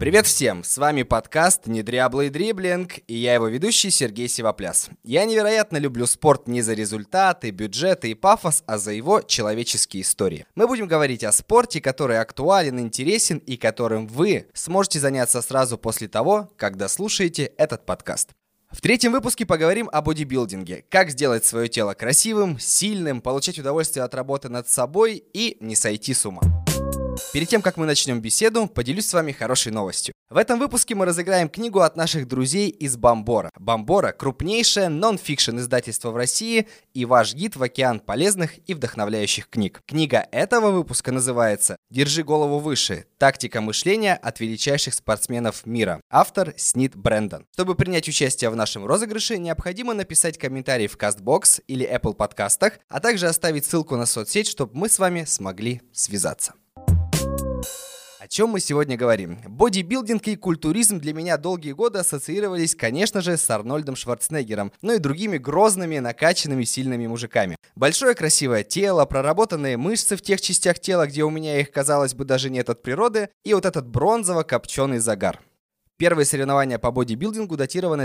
Привет всем! С вами подкаст «Недряблый дриблинг» и я его ведущий Сергей Сивопляс. Я невероятно люблю спорт не за результаты, бюджеты и пафос, а за его человеческие истории. Мы будем говорить о спорте, который актуален, интересен и которым вы сможете заняться сразу после того, как дослушаете этот подкаст. В третьем выпуске поговорим о бодибилдинге. Как сделать свое тело красивым, сильным, получать удовольствие от работы над собой и не сойти с ума. Перед тем, как мы начнем беседу, поделюсь с вами хорошей новостью. В этом выпуске мы разыграем книгу от наших друзей из Бомбора. Бомбора – крупнейшее нон-фикшн издательство в России и ваш гид в океан полезных и вдохновляющих книг. Книга этого выпуска называется «Держи голову выше. Тактика мышления от величайших спортсменов мира». Автор Снит Брэндон. Чтобы принять участие в нашем розыгрыше, необходимо написать комментарий в CastBox или Apple подкастах, а также оставить ссылку на соцсеть, чтобы мы с вами смогли связаться. О чем мы сегодня говорим? Бодибилдинг и культуризм для меня долгие годы ассоциировались, конечно же, с Арнольдом Шварценеггером, но и другими грозными, накачанными, сильными мужиками. Большое красивое тело, проработанные мышцы в тех частях тела, где у меня их, казалось бы, даже нет от природы, и вот этот бронзово-копченый загар. Первые соревнования по бодибилдингу датированы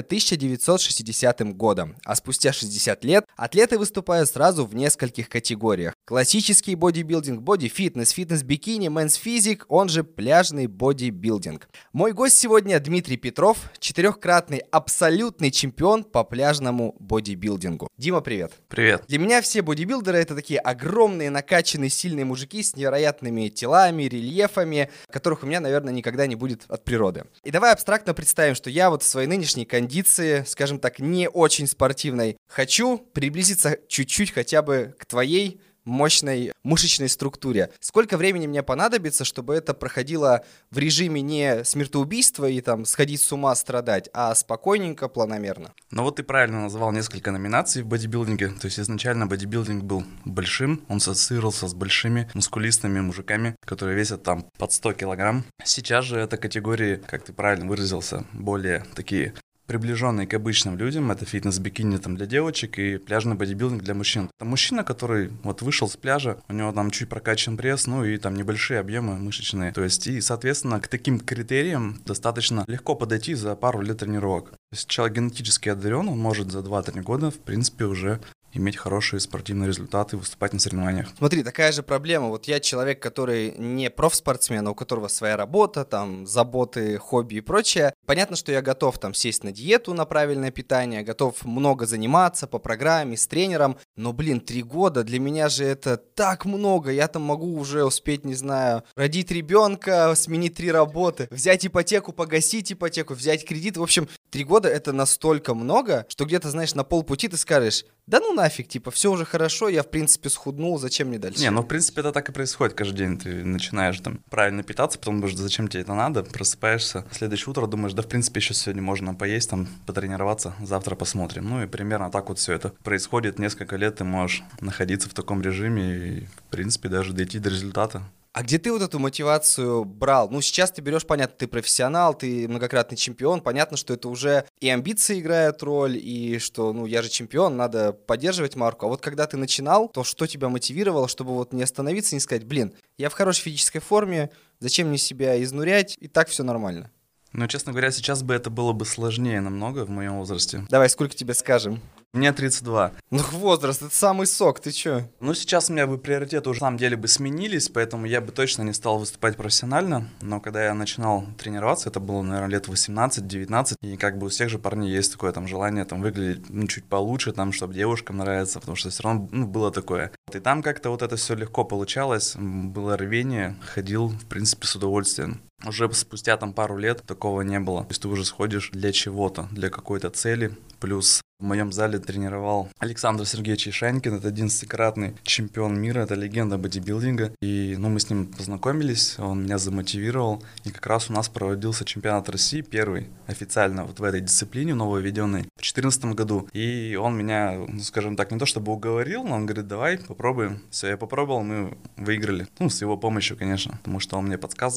1960 годом, а спустя 60 лет атлеты выступают сразу в нескольких категориях. Классический бодибилдинг, боди-фитнес, фитнес-бикини, мэнс-физик, он же пляжный бодибилдинг. Мой гость сегодня Дмитрий Петров, 4-кратный абсолютный чемпион по пляжному бодибилдингу. Дима, привет. Привет. Для меня все бодибилдеры — это такие огромные, накачанные, сильные мужики с невероятными телами, рельефами, которых у меня, наверное, никогда не будет от природы. И давай абстрактно представим, что я вот в своей нынешней кондиции, скажем так, не очень спортивной, хочу приблизиться чуть-чуть хотя бы к твоей мощной мышечной структуре. Сколько времени мне понадобится, чтобы это проходило в режиме не смертоубийства и там сходить с ума, страдать, а спокойненько, планомерно? Ну вот ты правильно назвал несколько номинаций в бодибилдинге. То есть изначально бодибилдинг был большим, он ассоциировался с большими мускулистыми мужиками, которые весят там под 100 килограмм. Сейчас же это категории, как ты правильно выразился, более такие приближенные к обычным людям. Это фитнес-бикини там для девочек и пляжный бодибилдинг для мужчин. Это мужчина, который вот вышел с пляжа, у него там чуть прокачан пресс, ну и там небольшие объемы мышечные. То есть и, соответственно, к таким критериям достаточно легко подойти за пару лет тренировок. То есть человек генетически одарен, он может за 2-3 года, в принципе, уже иметь хорошие спортивные результаты, выступать на соревнованиях. Смотри, такая же проблема. Вот я человек, который не профспортсмен, а у которого своя работа, там, заботы, хобби и прочее. Понятно, что я готов там сесть на диету, на правильное питание, готов много заниматься по программе, с тренером. Но, 3 года, для меня же это так много. Я там могу уже успеть, не знаю, родить ребенка, сменить 3 работы, взять ипотеку, погасить ипотеку, взять кредит. В общем, 3 года это настолько много, что где-то, знаешь, на полпути ты скажешь: да ну нафиг, типа, все уже хорошо, я, в принципе, схуднул, зачем мне дальше? Не, ну, в принципе, это так и происходит каждый день. Ты начинаешь там правильно питаться, потом думаешь, зачем тебе это надо, просыпаешься, следующее утро думаешь, да, в принципе, еще сегодня можно поесть, там, потренироваться, завтра посмотрим. Ну, и примерно так вот все это происходит. Несколько лет ты можешь находиться в таком режиме и, в принципе, даже дойти до результата. А где ты вот эту мотивацию брал? Ну, сейчас ты берешь, понятно, ты профессионал, ты многократный чемпион, понятно, что это уже и амбиции играют роль, и что, ну, я же чемпион, надо поддерживать марку. А вот когда ты начинал, то что тебя мотивировало, чтобы вот не остановиться, не сказать: я в хорошей физической форме, зачем мне себя изнурять, и так все нормально? Ну, честно говоря, сейчас бы это было бы сложнее намного в моем возрасте. Давай, сколько тебе скажем? Мне 32. Ну, возраст, это самый сок, ты чё? Ну, сейчас у меня бы приоритеты уже на самом деле бы сменились, поэтому я бы точно не стал выступать профессионально. Но когда я начинал тренироваться, это было, наверное, лет 18-19, и как бы у всех же парней есть такое там желание там выглядеть чуть получше, там, чтобы девушкам нравиться, потому что все равно было такое. И там как-то вот это все легко получалось, было рвение, ходил, в принципе, с удовольствием. Уже спустя там пару лет такого не было. То есть ты уже сходишь для чего-то, для какой-то цели. Плюс в моем зале тренировал Александр Сергеевич Ишанькин, это 11-кратный чемпион мира, это легенда бодибилдинга. И мы с ним познакомились, он меня замотивировал. И как раз у нас проводился чемпионат России, первый официально вот в этой дисциплине, нововведенной, в 2014 году. И он меня, скажем так, не то чтобы уговорил, но он говорит: давай, попробуем. Все, я попробовал, мы выиграли. Ну, с его помощью, конечно, потому что он мне подсказывал,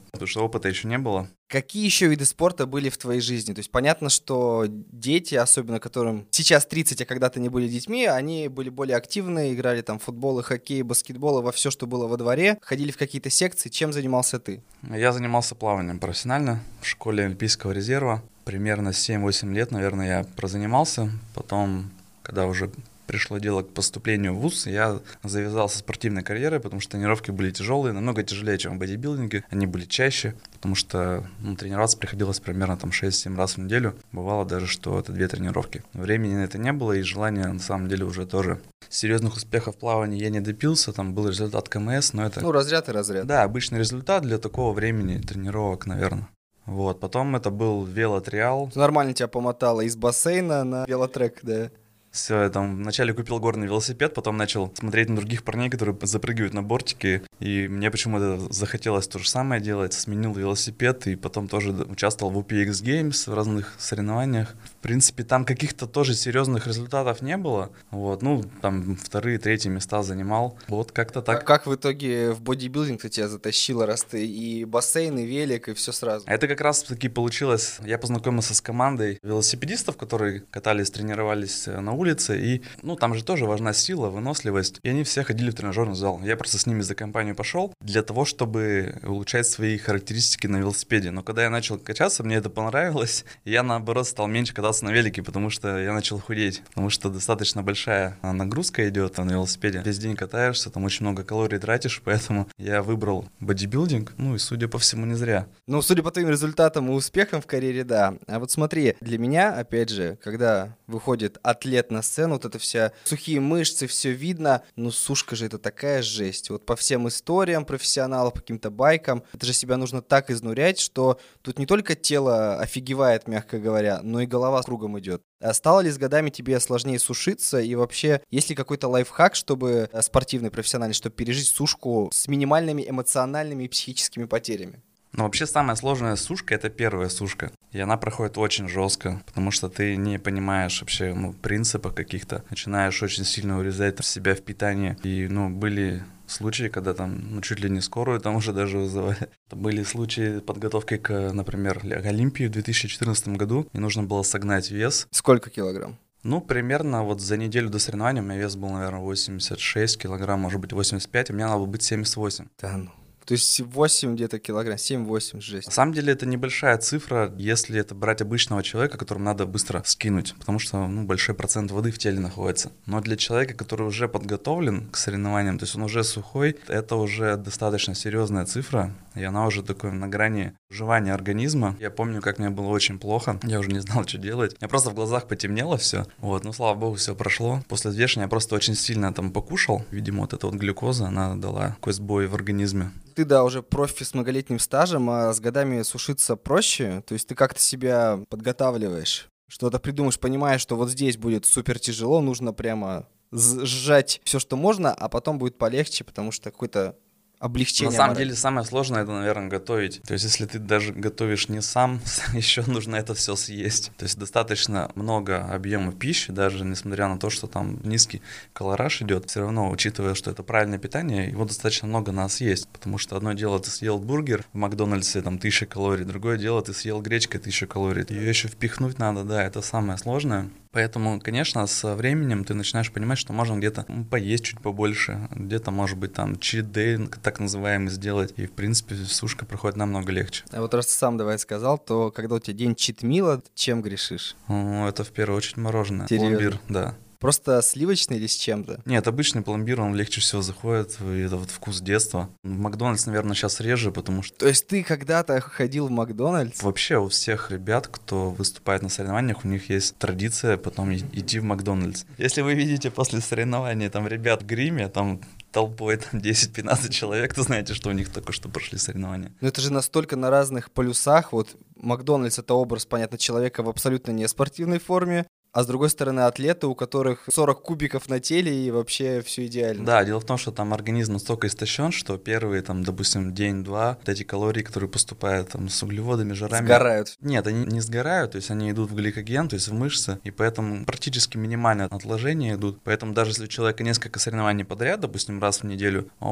потому что опыта еще не было. Какие еще виды спорта были в твоей жизни? То есть понятно, что дети, особенно которым сейчас 30, а когда-то не были детьми, они были более активны, играли там в футбол, и хоккей, баскетбол, и во все, что было во дворе, ходили в какие-то секции. Чем занимался ты? Я занимался плаванием профессионально в школе Олимпийского резерва. Примерно 7-8 лет, наверное, я прозанимался. Потом, когда уже пришло дело к поступлению в вуз, я завязался спортивной карьерой, потому что тренировки были тяжелые, намного тяжелее, чем в бодибилдинге. Они были чаще, потому что тренироваться приходилось примерно 6-7 раз в неделю. Бывало даже, что это 2 тренировки. Времени на это не было, и желания на самом деле уже тоже. Серьезных успехов в плавании я не добился, там был результат КМС, но это... разряд и разряд. Да, обычный результат для такого времени тренировок, наверное. Вот, потом это был велотриал. Нормально тебя помотало из бассейна на велотрек, да? Все, я там вначале купил горный велосипед, потом начал смотреть на других парней, которые запрыгивают на бортики, и мне почему-то захотелось то же самое делать, сменил велосипед, и потом тоже участвовал в UPX Games в разных соревнованиях. В принципе, там каких-то тоже серьезных результатов не было, вот, там 2-е, 3-е места занимал, вот как-то так. А как в итоге в бодибилдинг-то тебя затащило, раз ты и бассейн, и велик, и все сразу? Это как раз-таки получилось, я познакомился с командой велосипедистов, которые катались, тренировались на улице, и, там же тоже важна сила, выносливость, и они все ходили в тренажерный зал. Я просто с ними за компанию пошел для того, чтобы улучшать свои характеристики на велосипеде. Но когда я начал качаться, мне это понравилось, и я, наоборот, стал меньше кататься на велике, потому что я начал худеть, потому что достаточно большая нагрузка идет на велосипеде. Весь день катаешься, там очень много калорий тратишь, поэтому я выбрал бодибилдинг, и, судя по всему, не зря. Судя по твоим результатам и успехам в карьере, да. А вот смотри, для меня, опять же, когда выходит атлет на сцену, вот это вся сухие мышцы, все видно, сушка же это такая жесть. Вот по всем историям профессионалов, по каким-то байкам, это же себя нужно так изнурять, что тут не только тело офигевает, мягко говоря, но и голова кругом идет. А стало ли с годами тебе сложнее сушиться? И вообще, есть ли какой-то лайфхак, чтобы спортивный, профессиональный, чтобы пережить сушку с минимальными эмоциональными и психическими потерями? Вообще самая сложная сушка — это первая сушка. И она проходит очень жестко, потому что ты не понимаешь вообще принципов каких-то. Начинаешь очень сильно урезать себя в питании. И были случаи, когда там чуть ли не скорую там уже даже вызывали. Были случаи подготовки к, например, Олимпии в 2014 году. И нужно было согнать вес. Сколько килограмм? Примерно вот за неделю до соревнований у меня вес был, наверное, 86 килограмм, может быть 85, а мне надо было быть 78. Да ну. То есть 8 где-то килограмм, 7-8, жесть. На самом деле это небольшая цифра, если это брать обычного человека, которому надо быстро скинуть, потому что большой процент воды в теле находится. Но для человека, который уже подготовлен к соревнованиям, то есть он уже сухой, это уже достаточно серьезная цифра, и она уже такой на грани выживания организма. Я помню, как мне было очень плохо, я уже не знал, что делать. У меня просто в глазах потемнело все, слава богу, все прошло. После взвешивания я просто очень сильно там покушал, видимо, вот эта вот глюкоза, она дала такой сбой в организме. Ты, да, уже профи с многолетним стажем, а с годами сушиться проще? То есть ты как-то себя подготавливаешь, что-то придумаешь, понимаешь, что вот здесь будет супер тяжело, нужно прямо сжать все, что можно, а потом будет полегче, потому что какое-то облегчение. На самом деле самое сложное — это, наверное, готовить. То есть если ты даже готовишь не сам, еще нужно это все съесть. То есть достаточно много объема пищи, даже несмотря на то, что там низкий калораж идет, все равно, учитывая, что это правильное питание, его достаточно много надо съесть. Потому что одно дело, ты съел бургер в Макдональдсе, там 1000 калорий, другое дело, ты съел гречкой 1000 калорий. Ее еще впихнуть надо, да, это самое сложное. Поэтому, конечно, со временем ты начинаешь понимать, что можно где-то поесть чуть побольше, где-то, может быть, там чит-дэй, так называемый, сделать. И, в принципе, сушка проходит намного легче. А вот раз ты сам давай сказал, то когда у тебя день чит-мила, чем грешишь? Это в первую очередь мороженое. Серьезно? Пломбир, да. Просто сливочный или с чем-то? Нет, обычный пломбир, он легче всего заходит, и это вот вкус детства. В Макдональдс, наверное, сейчас реже, потому что... То есть ты когда-то ходил в Макдональдс? Вообще у всех ребят, кто выступает на соревнованиях, у них есть традиция потом идти в Макдональдс. Если вы видите после соревнований там ребят в гриме, там толпой там 10-15 человек, то знаете, что у них только что прошли соревнования. Но это же настолько на разных полюсах. Вот Макдональдс — это образ, понятно, человека в абсолютно не спортивной форме, а с другой стороны атлеты, у которых 40 кубиков на теле и вообще все идеально. Да, дело в том, что там организм настолько истощен, что первые, там, допустим, день-два, вот эти калории, которые поступают там с углеводами, жирами... Сгорают. Нет, они не сгорают, то есть они идут в гликоген, то есть в мышцы, и поэтому практически минимальное отложение идут. Поэтому даже если у человека несколько соревнований подряд, допустим, раз в неделю, он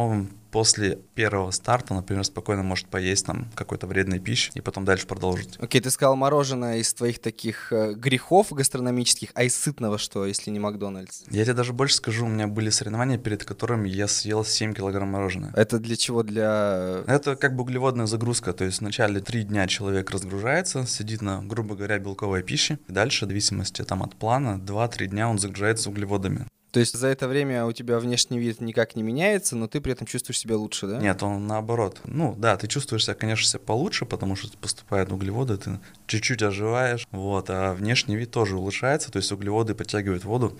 после первого старта, например, спокойно может поесть там какой-то вредной пищи и потом дальше продолжить. Окей, ты сказал мороженое из твоих таких грехов гастрономических, а из сытного что, если не Макдональдс? Я тебе даже больше скажу, у меня были соревнования, перед которыми я съел 7 килограмм мороженого. Это для чего? Для... Это как бы углеводная загрузка, то есть вначале 3 дня человек разгружается, сидит на, грубо говоря, белковой пище, и дальше, в зависимости там от плана, 2-3 дня он загружается углеводами. То есть за это время у тебя внешний вид никак не меняется, но ты при этом чувствуешь себя лучше, да? Нет, он наоборот. Ну да, ты чувствуешь себя, конечно, себя получше, потому что поступают углеводы, ты чуть-чуть оживаешь, вот, а внешний вид тоже улучшается, то есть углеводы подтягивают воду.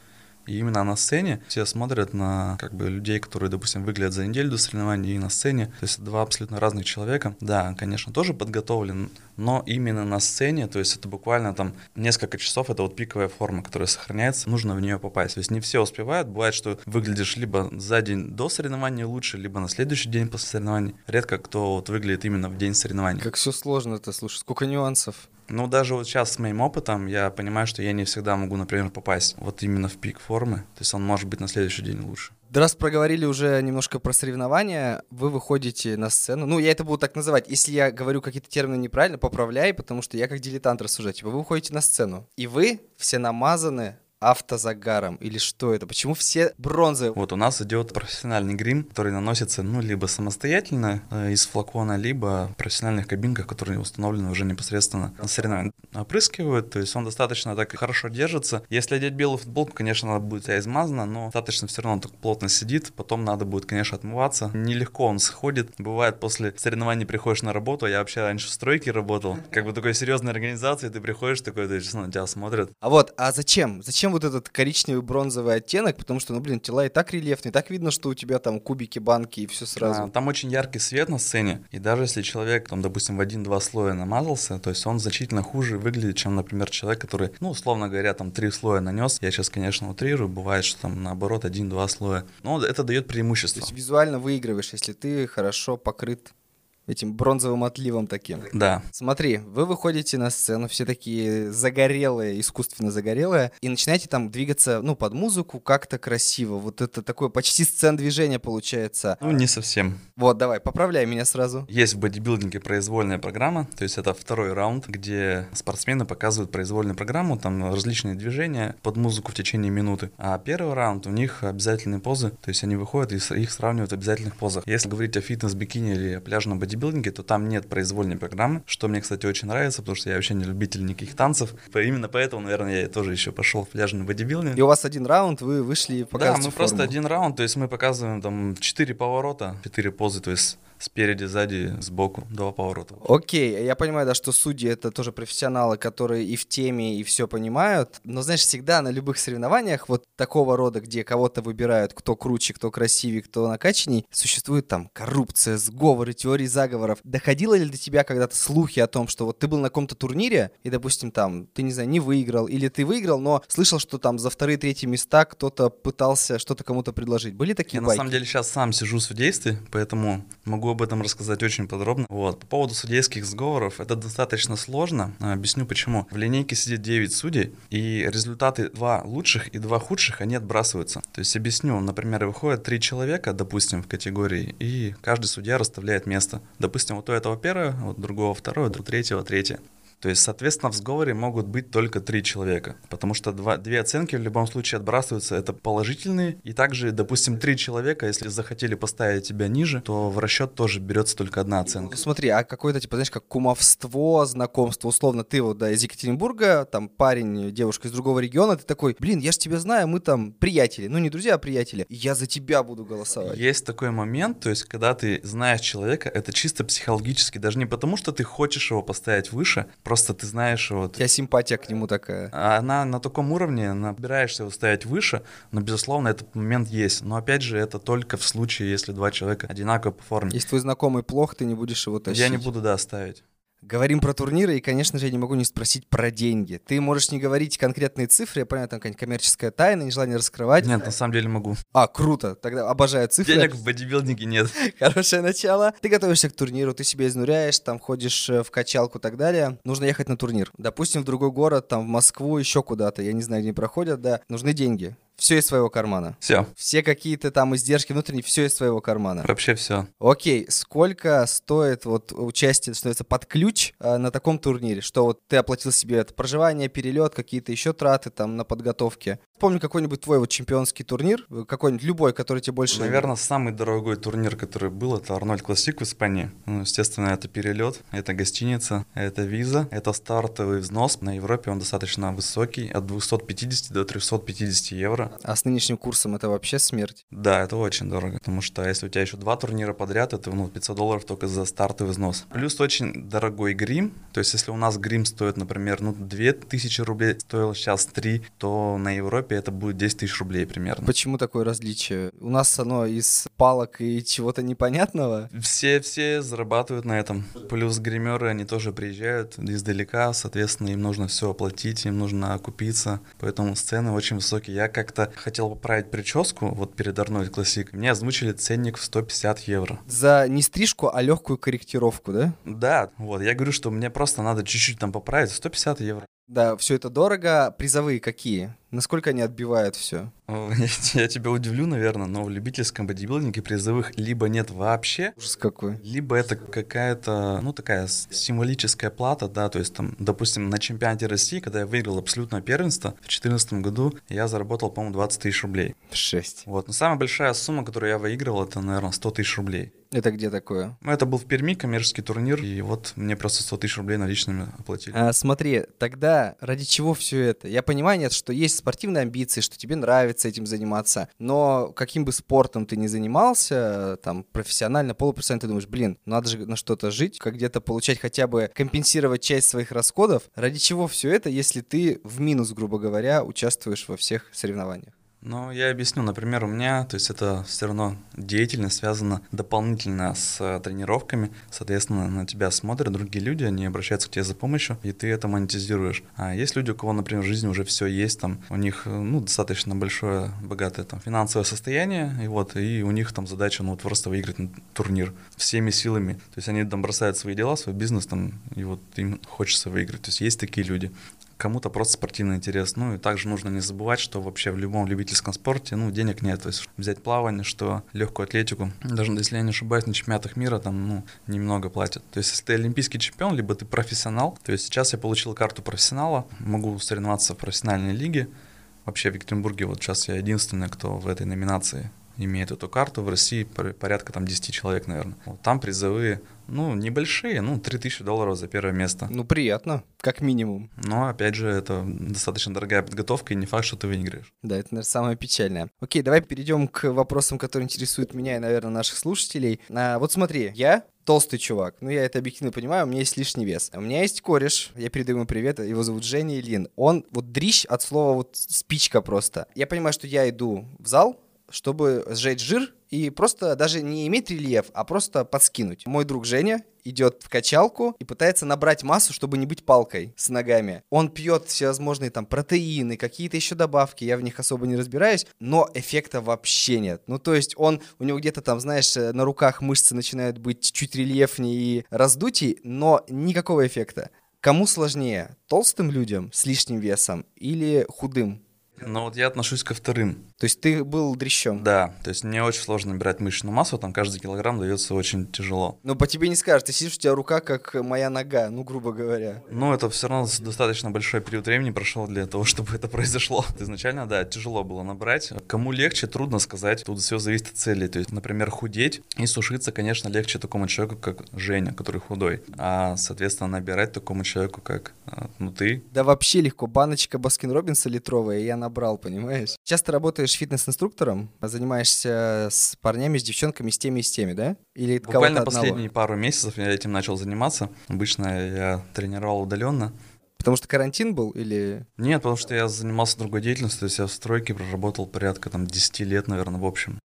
И именно на сцене все смотрят на как бы людей, которые, допустим, выглядят за неделю до соревнований, и на сцене. То есть два абсолютно разных человека. Да, конечно, тоже подготовлен, но именно на сцене, то есть это буквально там несколько часов, это вот пиковая форма, которая сохраняется, нужно в нее попасть. То есть не все успевают, бывает, что выглядишь либо за день до соревнований лучше, либо на следующий день после соревнований. Редко кто вот выглядит именно в день соревнований. Как все сложно-то, слушай, сколько нюансов. Ну, даже вот сейчас с моим опытом я понимаю, что я не всегда могу, например, попасть вот именно в пик формы. То есть он может быть на следующий день лучше. Да, раз проговорили уже немножко про соревнования, вы выходите на сцену. Ну, я это буду так называть. Если я говорю какие-то термины неправильно, поправляй, потому что я как дилетант рассуждаю. Типа, вы выходите на сцену, и вы все намазаны автозагаром, или что это? Почему все бронзовые? Вот у нас идет профессиональный грим, который наносится, ну, либо самостоятельно из флакона, либо в профессиональных кабинках, которые установлены уже непосредственно на соревнованиях. Опрыскивают, то есть он достаточно так хорошо держится. Если одеть белую футболку, конечно, она будет вся измазана, но достаточно все равно так плотно сидит. Потом надо будет, конечно, отмываться. Нелегко он сходит. Бывает, после соревнований приходишь на работу, я вообще раньше в стройке работал. Как бы такой серьезной организации, ты приходишь такой, ты честно, на тебя смотрят. А зачем? Зачем вот этот коричневый бронзовый оттенок? Потому что, тела и так рельефные, так видно, что у тебя там кубики, банки и все сразу. Там очень яркий свет на сцене, и даже если человек, там, допустим, в 1-2 слоя намазался, то есть он значительно хуже выглядит, чем, например, человек, который, ну, условно говоря, там 3 слоя нанес. Я сейчас, конечно, утрирую, бывает, что там наоборот 1-2 слоя. Но это дает преимущество. То есть визуально выигрываешь, если ты хорошо покрыт этим бронзовым отливом таким. Да. Смотри, вы выходите на сцену, все такие загорелые, искусственно загорелые, и начинаете там двигаться, под музыку как-то красиво. Вот это такое почти сцен-движение получается. Ну, не совсем. Вот, давай, поправляй меня сразу. Есть в бодибилдинге произвольная программа, то есть это второй раунд, где спортсмены показывают произвольную программу, там различные движения под музыку в течение минуты. А первый раунд, у них обязательные позы, то есть они выходят и их сравнивают в обязательных позах. Если говорить о фитнес-бикини или о пляжном бодибилдинге, то там нет произвольной программы, что мне, кстати, очень нравится, потому что я вообще не любитель никаких танцев. Именно поэтому, наверное, я тоже еще пошел в пляжный бодибилдинг. И у вас один раунд, вы вышли и показываете Да, мы форму. просто один раунд, то есть мы показываем там 4 поворота, 4 позы, то есть спереди, сзади, сбоку, 2 поворота. Окей, я понимаю, да, что судьи — это тоже профессионалы, которые и в теме, и все понимают, но, знаешь, всегда на любых соревнованиях вот такого рода, где кого-то выбирают, кто круче, кто красивее, кто накачанней, существует там коррупция, сговоры, теории заговоров. Доходило ли до тебя когда-то слухи о том, что вот ты был на каком-то турнире, и, допустим, там, ты, не знаю, не выиграл, или ты выиграл, но слышал, что там за 2-3 места кто-то пытался что-то кому-то предложить? Были такие Я байки? на самом деле сейчас сам сижу в судействе, поэтому могу об этом рассказать очень подробно. Вот. По поводу судейских сговоров, это достаточно сложно. Объясню почему. В линейке сидит 9 судей, и результаты 2 лучших и 2 худших, они отбрасываются. То есть объясню, например, выходят 3 человека, допустим, в категории, и каждый судья расставляет место. Допустим, вот у этого первое, вот другого второе, у третьего третье. То есть, соответственно, в сговоре могут быть только 3 человека, потому что 2 оценки в любом случае отбрасываются, это положительные, и также, допустим, 3 человека, если захотели поставить тебя ниже, то в расчет тоже берется только 1 оценка. Смотри, а какое-то, типа, знаешь, как кумовство, знакомство, условно, ты вот, да, из Екатеринбурга, там, парень, девушка из другого региона, ты такой, блин, я ж тебя знаю, мы там приятели, ну, не друзья, а приятели, я за тебя буду голосовать. Есть такой момент, то есть, когда ты знаешь человека, это чисто психологически, даже не потому, что ты хочешь его поставить выше, просто ты знаешь его. У тебя симпатия к нему такая. Она на таком уровне, набираешься его ставить выше, но, безусловно, этот момент есть. Но, опять же, это только в случае, если 2 человека одинаково по форме. Если твой знакомый плох, ты не будешь его тащить. Я не буду, да, ставить. Говорим про турниры, и, конечно же, я не могу не спросить про деньги. Ты можешь не говорить конкретные цифры, я понимаю, там какая-нибудь коммерческая тайна, нежелание раскрывать. Нет, на самом деле могу. Круто, тогда обожаю цифры. Денег в бодибилдинге нет. Хорошее начало. Ты готовишься к турниру, ты себя изнуряешь, там ходишь в качалку и так далее. Нужно ехать на турнир. Допустим, в другой город, там в Москву, еще куда-то, я не знаю, где проходят, да. Нужны деньги. Все из своего кармана. Все какие-то там издержки внутренние, все из своего кармана. Вообще все. Окей, сколько стоит вот участие, становится под ключ на таком турнире? Что вот ты оплатил себе это проживание, перелет, какие-то еще траты там на подготовке? Помню какой-нибудь твой вот чемпионский турнир, какой-нибудь любой, который тебе больше... Наверное, самый дорогой турнир, который был, это Арнольд Классик в Испании. Ну, естественно, это перелет, это гостиница, это виза, это стартовый взнос. На Европе он достаточно высокий, от 250 до 350 евро. А с нынешним курсом это вообще смерть? Да, это очень дорого, потому что если у тебя еще 2 турнира подряд, это $500 только за стартовый взнос. Плюс очень дорогой грим, то есть если у нас грим стоит, например, 2000 рублей, стоил сейчас 3, то на Европе это будет 10 тысяч рублей примерно. Почему такое различие? У нас оно из палок и чего-то непонятного? Все зарабатывают на этом. Плюс гримеры, они тоже приезжают издалека, соответственно, им нужно все оплатить, им нужно окупиться, поэтому цены очень высокие. Я как-то хотел поправить прическу вот перед Арнольд Классик, мне озвучили ценник в 150 евро. За не стрижку, а легкую корректировку, да? Да, вот, я говорю, что мне просто надо чуть-чуть там поправить, 150 евро. Да, все это дорого. Призовые какие? Насколько они отбивают все? Я тебя удивлю, наверное, но в любительском бодибилдинге призовых либо нет вообще, Ужас какой. либо это какая-то, такая символическая плата, да, то есть там, допустим, на чемпионате России, когда я выиграл абсолютное первенство, в 2014 году я заработал, по-моему, 20 тысяч рублей. 6. Вот, но самая большая сумма, которую я выигрывал, это, наверное, 100 тысяч рублей. Это где такое? Это был в Перми коммерческий турнир, и вот мне просто 100 тысяч рублей наличными оплатили. Смотри, тогда ради чего все это? Я понимаю, нет, что есть спортивные амбиции, что тебе нравится этим заниматься, но каким бы спортом ты ни занимался, там, профессионально, полупрофессионально, ты думаешь, надо же на что-то жить, как где-то получать хотя бы, компенсировать часть своих расходов. Ради чего все это, если ты в минус, грубо говоря, участвуешь во всех соревнованиях? Ну, я объясню. Например, у меня, то есть это все равно деятельность связана дополнительно с тренировками. Соответственно, на тебя смотрят другие люди, они обращаются к тебе за помощью, и ты это монетизируешь. А есть люди, у кого, например, в жизни уже все есть, там, у них, достаточно большое, богатое там финансовое состояние, и у них там задача, просто выиграть турнир всеми силами. То есть они там бросают свои дела, свой бизнес, там, и вот им хочется выиграть. То есть такие люди. Кому-то просто спортивный интерес. И также нужно не забывать, что вообще в любом любительском спорте, денег нет. То есть взять плавание, что легкую атлетику, даже если я не ошибаюсь, на чемпионатах мира там, немного платят. То есть если ты олимпийский чемпион, либо ты профессионал, то есть сейчас я получил карту профессионала, могу соревноваться в профессиональной лиге. Вообще в Екатеринбурге вот сейчас я единственный, кто в этой номинации имеет эту карту. В России порядка там 10 человек, наверное. Вот там призовые, небольшие, $3000 за первое место. Приятно, как минимум. Но, опять же, это достаточно дорогая подготовка, и не факт, что ты выиграешь. Да, это, наверное, самое печальное. Окей, давай перейдем к вопросам, которые интересуют меня и, наверное, наших слушателей. Вот смотри, я толстый чувак, я это объективно понимаю, у меня есть лишний вес. У меня есть кореш, я передаю ему привет, его зовут Женя Ильин. Он дрищ от слова спичка просто. Я понимаю, что я иду в зал, чтобы сжечь жир и просто даже не иметь рельеф, а просто подскинуть. Мой друг Женя идет в качалку и пытается набрать массу, чтобы не быть палкой с ногами. Он пьет всевозможные там протеины, какие-то еще добавки, я в них особо не разбираюсь, но эффекта вообще нет. То есть у него где-то там, знаешь, на руках мышцы начинают быть чуть рельефнее и раздутей, но никакого эффекта. Кому сложнее, толстым людям с лишним весом или худым? Я отношусь ко вторым. То есть ты был дрищом? Да, то есть мне очень сложно набирать мышечную массу, там каждый килограмм дается очень тяжело. По тебе не скажешь, ты сидишь, у тебя рука как моя нога, грубо говоря. Это все равно достаточно большой период времени прошел для того, чтобы это произошло. Изначально, да, тяжело было набрать. Кому легче, трудно сказать, тут все зависит от цели. То есть, например, худеть и сушиться, конечно, легче такому человеку, как Женя, который худой. А, соответственно, набирать такому человеку, как ты. Да вообще легко, баночка Баскин-Роббинса литровая, и я набрал, понимаешь? Сейчас ты работаешь фитнес-инструктором, занимаешься с парнями, с девчонками, с теми, да? Или буквально последние пару месяцев я этим начал заниматься. Обычно я тренировал удаленно. Потому что карантин был или... Нет, потому что я занимался другой деятельностью, то есть я в стройке проработал порядка 10 лет, наверное, в общем.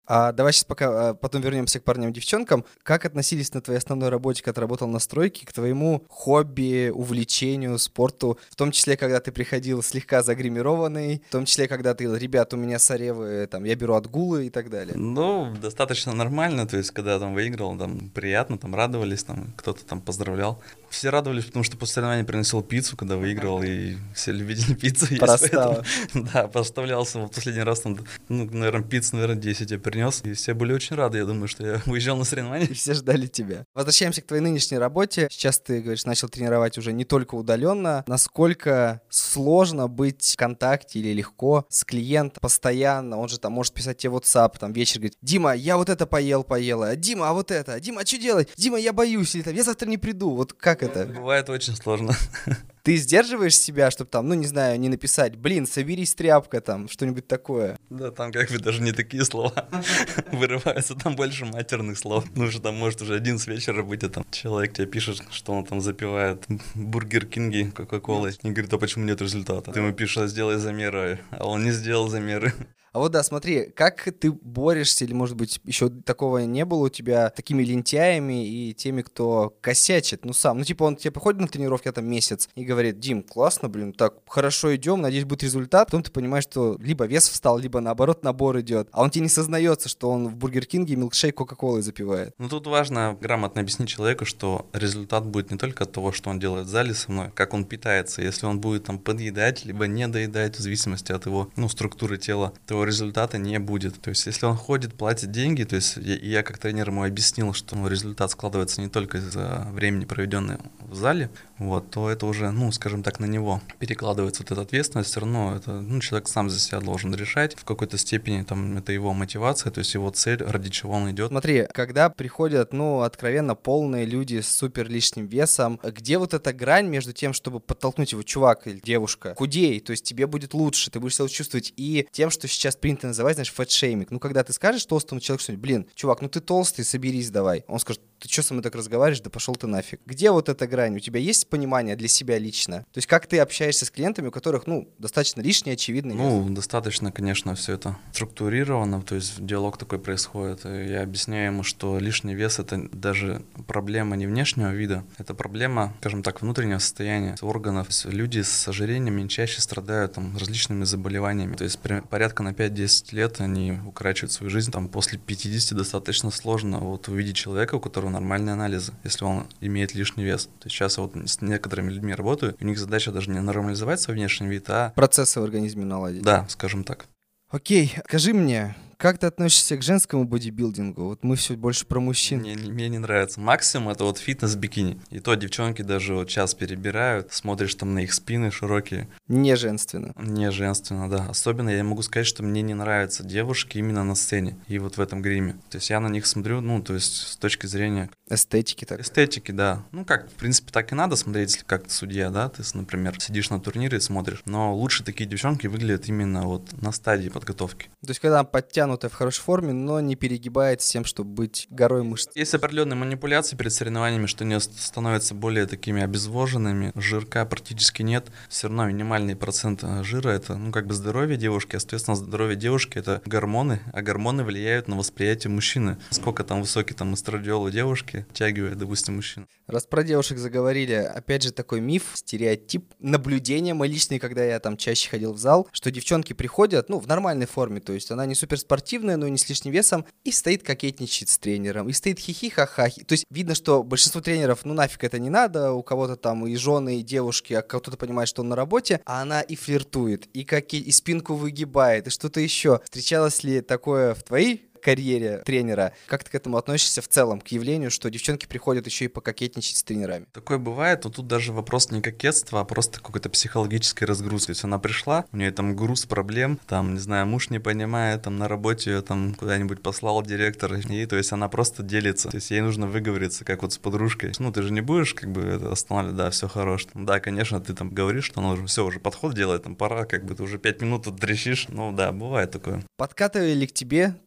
А давай сейчас пока потом вернемся к парням и девчонкам. Как относились на твоей основной работе, когда ты работал на стройке, к твоему хобби, увлечению, спорту? В том числе, когда ты приходил слегка загримированный, в том числе, когда ты, ребят, у меня соревы, там, я беру отгулы и так далее. Ну, достаточно нормально, то есть, когда там выиграл, там, приятно, там, радовались, там, кто-то там поздравлял. Все радовались, потому что после соревнований приносил пиццу, когда выиграл, и все любители пиццу есть. Простава. Да, поставлялся, вот последний раз там, ну, наверное, пиццу, 10 я принес, и все были очень рады, я думаю, что я уезжал на соревнования. И все ждали тебя. Возвращаемся к твоей нынешней работе. Сейчас ты, говоришь, начал тренировать уже не только удаленно. Насколько сложно быть в контакте или легко с клиентом постоянно? Он же там может писать тебе в WhatsApp, там вечер говорит: Дима, я вот это поела. Дима, а вот это? Дима, а что делать? Дима, я боюсь. Или там, я завтра не приду. Вот как это? Бывает очень сложно. Ты сдерживаешь себя, чтобы там, ну не знаю, не написать: блин, соберись, тряпка, там, что-нибудь такое? Да, там как бы даже не такие слова вырываются, там больше матерных слов. Ну, что там может уже 11 вечера быть, а там человек тебе пишет, что он там запивает Бургер Кинги Кока-Колой. И говорит: а почему нет результата? Ты ему пишешь: сделай замеры, а он не сделал замеры. А вот да, смотри, как ты борешься, или, может быть, еще такого не было у тебя, такими лентяями и теми, кто косячит, ну сам. Ну типа он тебе приходит на тренировки, там месяц, и говорит: Дим, классно, блин, так хорошо идем, надеюсь, будет результат. Потом ты понимаешь, что либо вес встал, либо наоборот набор идет. А он тебе не сознается, что он в Бургер Кинге милкшейк Кока-Колой запивает. Ну тут важно грамотно объяснить человеку, что результат будет не только от того, что он делает в зале со мной, как он питается. Если он будет там подъедать, либо не доедать, в зависимости от его, ну, структуры тела, то результата не будет. То есть, если он ходит, платит деньги, то есть я как тренер ему объяснил, что результат складывается не только из-за времени, проведенного в зале, вот, то это уже, ну, скажем так, на него перекладывается вот эта ответственность. Все равно это, ну, человек сам за себя должен решать. В какой-то степени там это его мотивация, то есть его цель, ради чего он идет. Смотри, когда приходят, ну, откровенно полные люди с супер лишним весом, где вот эта грань между тем, чтобы подтолкнуть его: чувак или девушка, худей, то есть тебе будет лучше, ты будешь себя чувствовать, и тем, что сейчас принято называть, знаешь, фэтшейминг. Ну, когда ты скажешь толстому человеку что-нибудь: блин, чувак, ну ты толстый, соберись давай. Он скажет: ты что со мной так разговариваешь, да пошел ты нафиг. Где вот эта грань? У тебя есть понимание для себя лично? То есть как ты общаешься с клиентами, у которых, ну, достаточно лишний, очевидный вес? Ну, достаточно, конечно, все это структурировано, то есть диалог такой происходит. И я объясняю ему, что лишний вес — это даже проблема не внешнего вида, это проблема, скажем так, внутреннего состояния органов. Люди с ожирением чаще страдают там различными заболеваниями, то есть порядка на 5-10 лет они укорачивают свою жизнь. Там после 50 достаточно сложно вот увидеть человека, у которого нормальные анализы, если он имеет лишний вес. То есть сейчас я вот с некоторыми людьми работаю, у них задача даже не нормализовать свой внешний вид, а процессы в организме наладить. Да, скажем так. Окей, скажи мне, как ты относишься к женскому бодибилдингу? Вот мы все больше про мужчин. Мне не нравится. Максимум — это вот фитнес-бикини. И то девчонки даже вот сейчас перебирают, смотришь там на их спины широкие. Не женственно. Не женственно, да. Особенно я могу сказать, что мне не нравятся девушки именно на сцене и вот в этом гриме. То есть я на них смотрю, ну, то есть с точки зрения... Эстетики так. Эстетики, да. Ну, как, в принципе, так и надо смотреть, если как судья, да. Ты, например, сидишь на турнире и смотришь. Но лучше такие девчонки выглядят именно вот на стадии подготовки. То есть когда подтянутая, в хорошей форме, но не перегибает с тем, чтобы быть горой мышц. Есть определенные манипуляции перед соревнованиями, что они становятся более такими обезвоженными, жирка практически нет. Все равно минимальный процент жира — это, ну, как бы здоровье девушки, а, соответственно, здоровье девушки — это гормоны, а гормоны влияют на восприятие мужчины. Сколько там высокий там эстрадиол у девушки втягивает, допустим, мужчину. Раз про девушек заговорили, опять же такой миф, стереотип, наблюдение мой личный, когда я там чаще ходил в зал, что девчонки приходят, ну, в нормальной форме, то есть она не суперспортивная, но и не с лишним весом, и стоит кокетничает с тренером, и стоит хихи-ха-ха. То есть видно, что большинство тренеров, ну нафиг это не надо, у кого-то там и жены, и девушки, а кто-то понимает, что он на работе, а она и флиртует, и спинку выгибает, и что-то еще. Встречалось ли такое в твоей карьере тренера? Как ты к этому относишься в целом, к явлению, что девчонки приходят еще и пококетничать с тренерами? Такое бывает, но тут даже вопрос не кокетства, а просто какой-то психологической разгрузки. То есть она пришла, у нее там груз проблем, там, не знаю, муж не понимает, там на работе ее там куда-нибудь послал директор, и то есть она просто делится. То есть ей нужно выговориться, как вот с подружкой. Ну, ты же не будешь как бы это останавливать, да, все хорошо. Да, конечно, ты там говоришь, что она уже все, уже подход делает, там пора, как бы ты уже 5 минут тут трещишь. Ну да, бывает такое. Подкатывали ли к тебе твои подопечные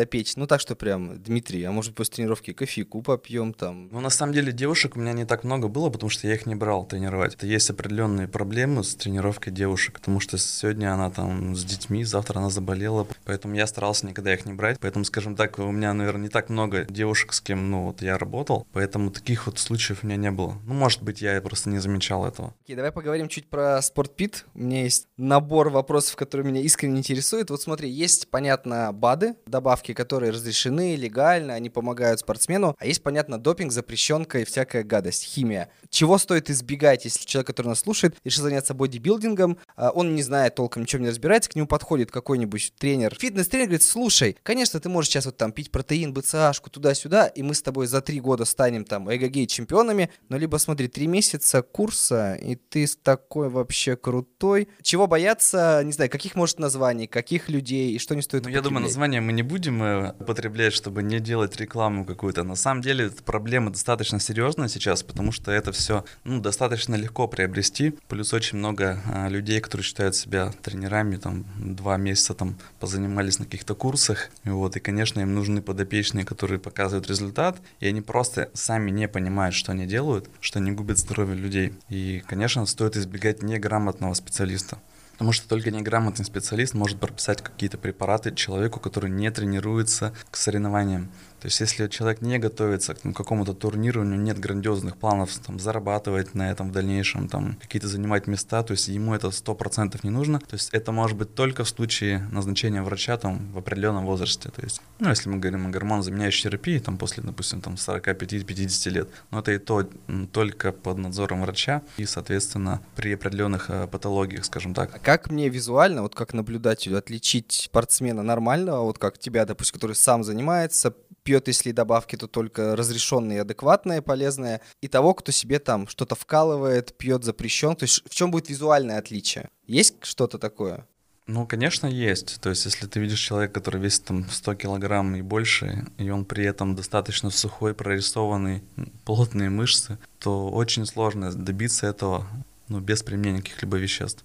подопечный? Ну, так что прям, Дмитрий, а может после тренировки кофейку попьем там? Ну, на самом деле, девушек у меня не так много было, потому что я их не брал тренировать. Это есть определенные проблемы с тренировкой девушек, потому что сегодня она там с детьми, завтра она заболела, поэтому я старался никогда их не брать. Поэтому, скажем так, у меня, наверное, не так много девушек, с кем, ну, вот я работал, поэтому таких вот случаев у меня не было. Ну, может быть, я просто не замечал этого. Окей, давай поговорим чуть про SportPit. У меня есть набор вопросов, которые меня искренне интересуют. Вот смотри, есть, понятно, БАДы, добавки, которые разрешены легально, они помогают спортсмену, а есть, понятно, допинг, запрещенка и всякая гадость, химия. Чего стоит избегать, если человек, который нас слушает, решил заняться бодибилдингом, он не знает толком, ничего не разбирается, к нему подходит какой-нибудь тренер, фитнес-тренер, говорит, слушай, конечно, ты можешь сейчас вот там пить протеин, БЦАшку, туда-сюда, и мы с тобой за 3 года станем там эгогей-чемпионами, но либо, смотри, 3 месяца курса, и ты такой вообще крутой. Чего бояться, не знаю, каких, может, названий, каких людей, и что не стоит Я думаю, названия мы не будем употреблять, чтобы не делать рекламу какую-то. На самом деле, эта проблема достаточно серьезная сейчас, потому что это все достаточно легко приобрести. Плюс очень много людей, которые считают себя тренерами, там 2 месяца там позанимались на каких-то курсах. И, конечно, им нужны подопечные, которые показывают результат, и они просто сами не понимают, что они делают, что они губят здоровье людей. И, конечно, стоит избегать неграмотного специалиста. Потому что только неграмотный специалист может прописать какие-то препараты человеку, который не тренируется к соревнованиям. То есть, если человек не готовится к какому-то турниру, у него нет грандиозных планов там, зарабатывать на этом в дальнейшем, там, какие-то занимать места, то есть ему это 100% не нужно. То есть это может быть только в случае назначения врача там, в определенном возрасте. То есть, если мы говорим о гормонозаменяющей терапии, там, после, допустим, там, 45-50 лет, но это и то только под надзором врача и, соответственно, при определенных патологиях, скажем так. А как мне визуально, вот как наблюдателю, отличить спортсмена нормального, вот как тебя, допустим, который сам занимается, пьет, если добавки, то только разрешенные, адекватные, полезные, и того, кто себе там что-то вкалывает, пьет запрещен. То есть в чем будет визуальное отличие? Есть что-то такое? Ну, конечно, есть. То есть, если ты видишь человека, который весит там 100 килограмм и больше, и он при этом достаточно сухой, прорисованный, плотные мышцы, то очень сложно добиться этого, без применения каких-либо веществ.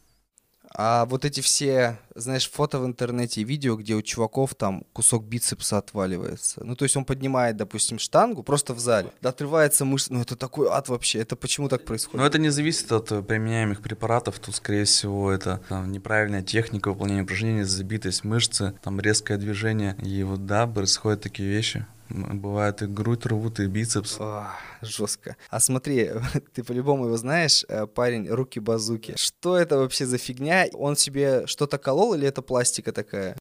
А вот эти все, знаешь, фото в интернете и видео, где у чуваков там кусок бицепса отваливается. Ну, то есть он поднимает, допустим, штангу просто в зале, да, отрывается мышца. Ну, это такой ад вообще. Это почему так происходит? Но это не зависит от применяемых препаратов. Тут, скорее всего, это неправильная техника выполнения упражнений, забитость мышцы, там резкое движение. И происходят такие вещи. Бывает и грудь рвут, и бицепс. Жестко. А смотри, ты по-любому его знаешь, парень Руки-Базуки. Что это вообще за фигня? Он себе что-то колол или это пластика такая?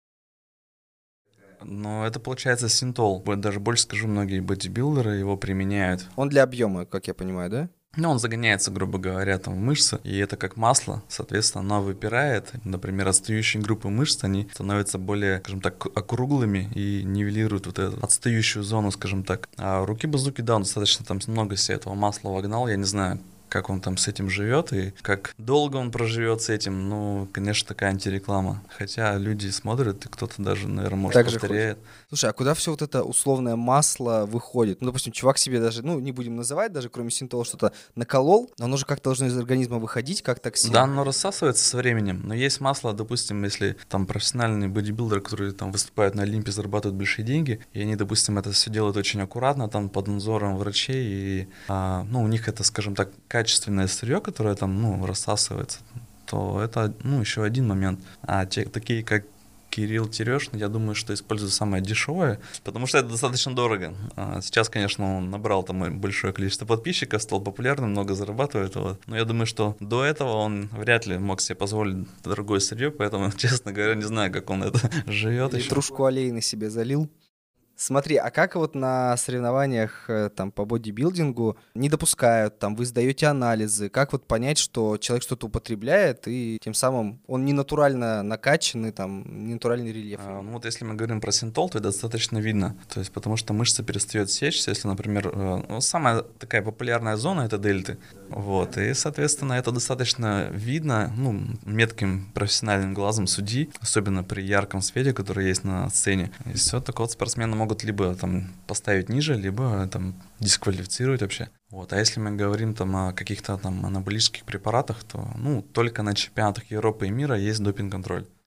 Но это получается синтол. Даже больше скажу, многие бодибилдеры его применяют. Он для объема, как я понимаю, да? Он загоняется, грубо говоря, там в мышцы, и это как масло, соответственно, оно выпирает. Например, отстающие группы мышц, они становятся более, скажем так, округлыми и нивелируют вот эту отстающую зону, скажем так. А Руки-Базуки, да, он достаточно там много себе этого масла вогнал, я не знаю, как он там с этим живет и как долго он проживет с этим. Конечно, такая антиреклама. Хотя люди смотрят, и кто-то даже, наверное, может, так повторяет. Слушай, а куда все вот это условное масло выходит? Допустим, чувак себе даже, не будем называть, даже кроме синтола что-то наколол, но оно же как-то должно из организма выходить, как токсин. Да, оно рассасывается со временем. Но есть масло, допустим, если там профессиональные бодибилдеры, которые там выступают на Олимпе, зарабатывают большие деньги, и они, допустим, это все делают очень аккуратно, там под надзором врачей, и у них это, скажем так, качественное сырье, которое там, рассасывается, то это, еще один момент. А такие, как Кирилл Терешин, я думаю, что используют самое дешевое, потому что это достаточно дорого. Сейчас, конечно, он набрал там большое количество подписчиков, стал популярным, много зарабатывает. Но я думаю, что до этого он вряд ли мог себе позволить дорогое сырье, поэтому, честно говоря, не знаю, как он это живет. Литрушку олейны себе залил. Смотри, а как вот на соревнованиях там по бодибилдингу не допускают, там вы сдаете анализы, как вот понять, что человек что-то употребляет и тем самым он не натурально накачанный, там, не натуральный рельеф? Если мы говорим про синтол, то это достаточно видно, то есть потому что мышца перестает сечься, если, например, самая такая популярная зона — это дельты, и, соответственно, это достаточно видно, метким профессиональным глазом судьи, особенно при ярком свете, который есть на сцене, и все, так вот спортсмены могут либо там поставить ниже, либо там дисквалифицировать вообще. А если мы говорим там о каких-то там анаболических препаратах, то только на чемпионатах Европы и мира есть допинг-контроль.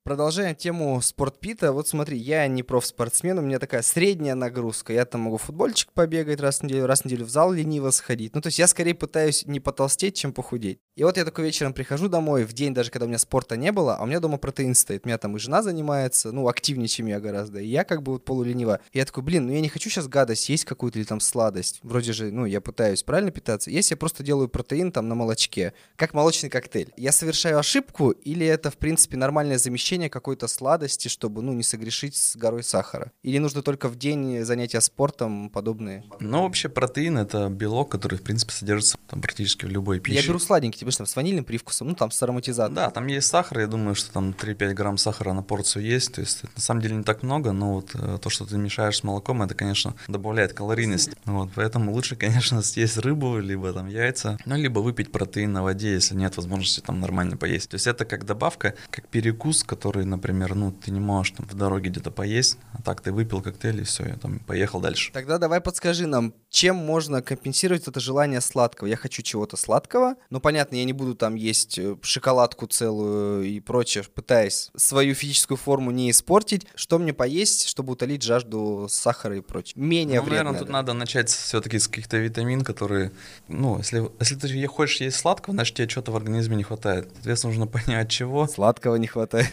Продолжаем тему спортпита. Вот смотри, я не профспортсмен, у меня такая средняя нагрузка. Я там могу футбольчик побегать раз в неделю в зал лениво сходить. Ну, то есть я скорее пытаюсь не потолстеть, чем похудеть. И вот я такой вечером прихожу домой, в день даже, когда у меня спорта не было, а у меня дома протеин стоит. У меня там и жена занимается, ну, активнее, чем я гораздо. И я как бы вот полулениво. И я такой, ну я не хочу сейчас гадость есть какую-то или там сладость. Вроде же, ну, я пытаюсь правильно питаться. Если я просто делаю протеин там на молочке, как молочный коктейль. Я совершаю ошибку или это, в принципе, нормальное замещение какой-то сладости, чтобы, ну, не согрешить с горой сахара? Или нужно только в день занятия спортом подобные? Ну, вообще протеин — это белок, который, в принципе, содержится там практически в любой пище. Я беру сладенький, типа, там, с ванильным привкусом, ну, там, с ароматизатором. Да, там есть сахар, я думаю, что там 3-5 грамм сахара на порцию есть, то есть это на самом деле не так много, но вот то, что ты мешаешь с молоком, это, конечно, добавляет калорийность. Вот, поэтому лучше, конечно, съесть рыбу, либо там яйца, ну, либо выпить протеин на воде, если нет возможности там нормально поесть. То есть это как добавка, как перекус, который, например, ну, ты не можешь там в дороге где-то поесть, а так ты выпил коктейль и все, я там поехал дальше. Тогда давай подскажи нам, чем можно компенсировать это желание сладкого? Я хочу чего-то сладкого, но понятно, я не буду там есть шоколадку целую и прочее, пытаясь свою физическую форму не испортить. Что мне поесть, чтобы утолить жажду сахара и прочее? Менее вредно. Наверное, тут надо начать все-таки с каких-то витамин, которые, ну, если ты хочешь есть сладкого, значит, тебе что-то в организме не хватает. Соответственно, нужно понять, чего. Сладкого не хватает.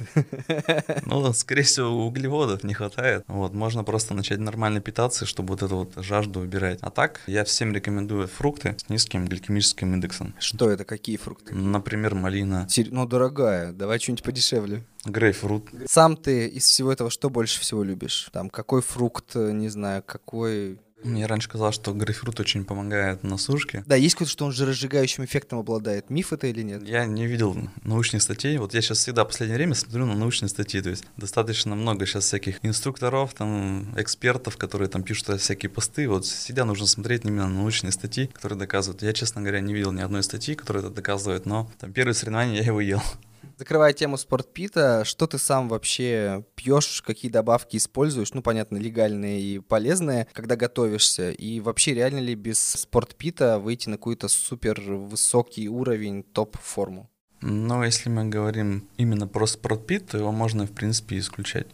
Ну, скорее всего, углеводов не хватает. Вот, можно просто начать нормально питаться, чтобы вот эту вот жажду убирать. А так, я всем рекомендую фрукты с низким гликемическим индексом. Что это? Какие фрукты? Например, малина. Ну, дорогая, давай что-нибудь подешевле. Грейпфрут. Сам ты из всего этого что больше всего любишь? Там, какой фрукт, не знаю, какой... Мне раньше казалось, что грейпфрут очень помогает на сушке. Да, есть какой-то, что он жиросжигающим эффектом обладает. Миф это или нет? Я не видел научных статей. Вот я сейчас всегда в последнее время смотрю на научные статьи. То есть достаточно много сейчас всяких инструкторов, там, экспертов, которые там пишут всякие посты. Вот всегда нужно смотреть именно на научные статьи, которые доказывают. Я, честно говоря, не видел ни одной статьи, которая это доказывает, но там первые соревнования я его ел. Закрывая тему спортпита, что ты сам вообще пьешь, какие добавки используешь? Ну, понятно, легальные и полезные, когда готовишься. И вообще, реально ли без спортпита выйти на какой-то супер высокий уровень, топ-форму? Но если мы говорим именно про спортпит, то его можно, в принципе, исключать.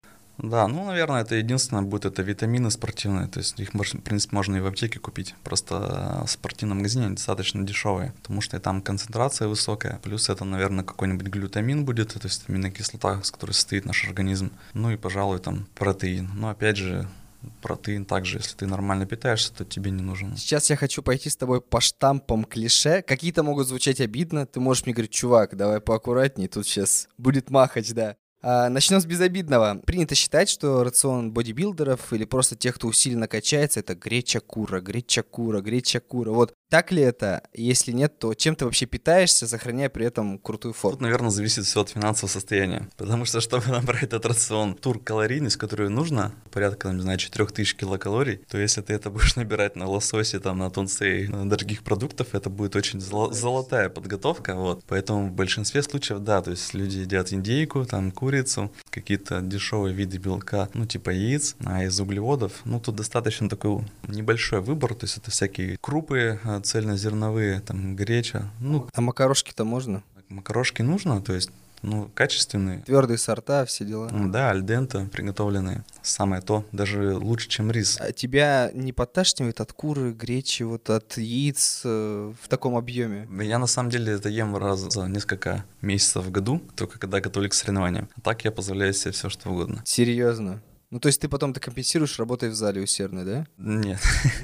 Да, ну, наверное, это единственное будет, это витамины спортивные, то есть их, в принципе, можно и в аптеке купить, просто в спортивном магазине они достаточно дешевые, потому что там концентрация высокая, плюс это, наверное, какой-нибудь глютамин будет, то есть аминокислота, с которой состоит наш организм, ну и, пожалуй, там протеин, но опять же, протеин также, если ты нормально питаешься, то тебе не нужен. Сейчас я хочу пойти с тобой по штампам клише. Какие-то могут звучать обидно. Ты можешь мне говорить, чувак, давай поаккуратней, тут сейчас будет махач, да. Начнем с безобидного. Принято считать, что рацион бодибилдеров или просто тех, кто усиленно качается, это греча-кура, греча-кура, греча-кура. Вот так ли это? Если нет, то чем ты вообще питаешься, сохраняя при этом крутую форму? Тут, наверное, зависит все от финансового состояния. Потому что, чтобы набрать этот рацион, калорийность, которую нужно, порядка, не знаю, 4000 килокалорий, то если ты это будешь набирать на лососе, там, на тунце и на других продуктах, это будет очень золотая подготовка, вот. Поэтому в большинстве случаев, да, то есть люди едят индейку, там, курицу, какие-то дешевые виды белка, ну, типа яиц, а из углеводов, ну, тут достаточно такой небольшой выбор, то есть это всякие крупы, цельнозерновые, там, греча. Ну, а макарошки-то можно? Макарошки нужно, то есть, ну, качественные. Твердые сорта, все дела. Да, альденте приготовленные. Самое то, даже лучше, чем рис. А тебя не подташнивает от куры, гречи, вот от яиц в таком объеме? Я на самом деле это ем раз за несколько месяцев в году, только когда готовлю к соревнованиям. А так я позволяю себе все, что угодно. Серьезно? Ну, то есть ты потом компенсируешь, работая в зале усердно, да? Нет.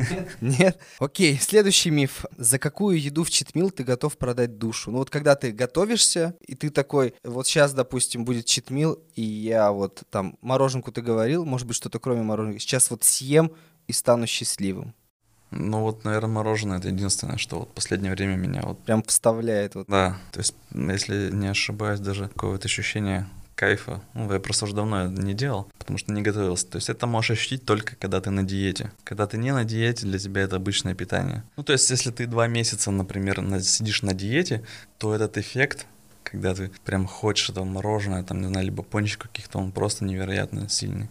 Нет? Окей, следующий миф. За какую еду в читмил ты готов продать душу? Ну, вот когда ты готовишься, и ты такой, вот сейчас, допустим, будет читмил, и я вот там, мороженку ты говорил, может быть, что-то кроме мороженки, сейчас вот съем и стану счастливым. Ну вот, наверное, мороженое — это единственное, что вот в последнее время меня вот... Прям вставляет вот. Да, то есть, если не ошибаюсь, даже какое-то ощущение кайфа. Ну, я просто уже давно это не делал, потому что не готовился. То есть это можешь ощутить только когда ты на диете. Когда ты не на диете, для тебя это обычное питание. Ну, то есть если ты 2 месяца, например, сидишь на диете, то этот эффект, когда ты прям хочешь этого мороженого, там, не знаю, либо пончиков каких-то, он просто невероятно сильный.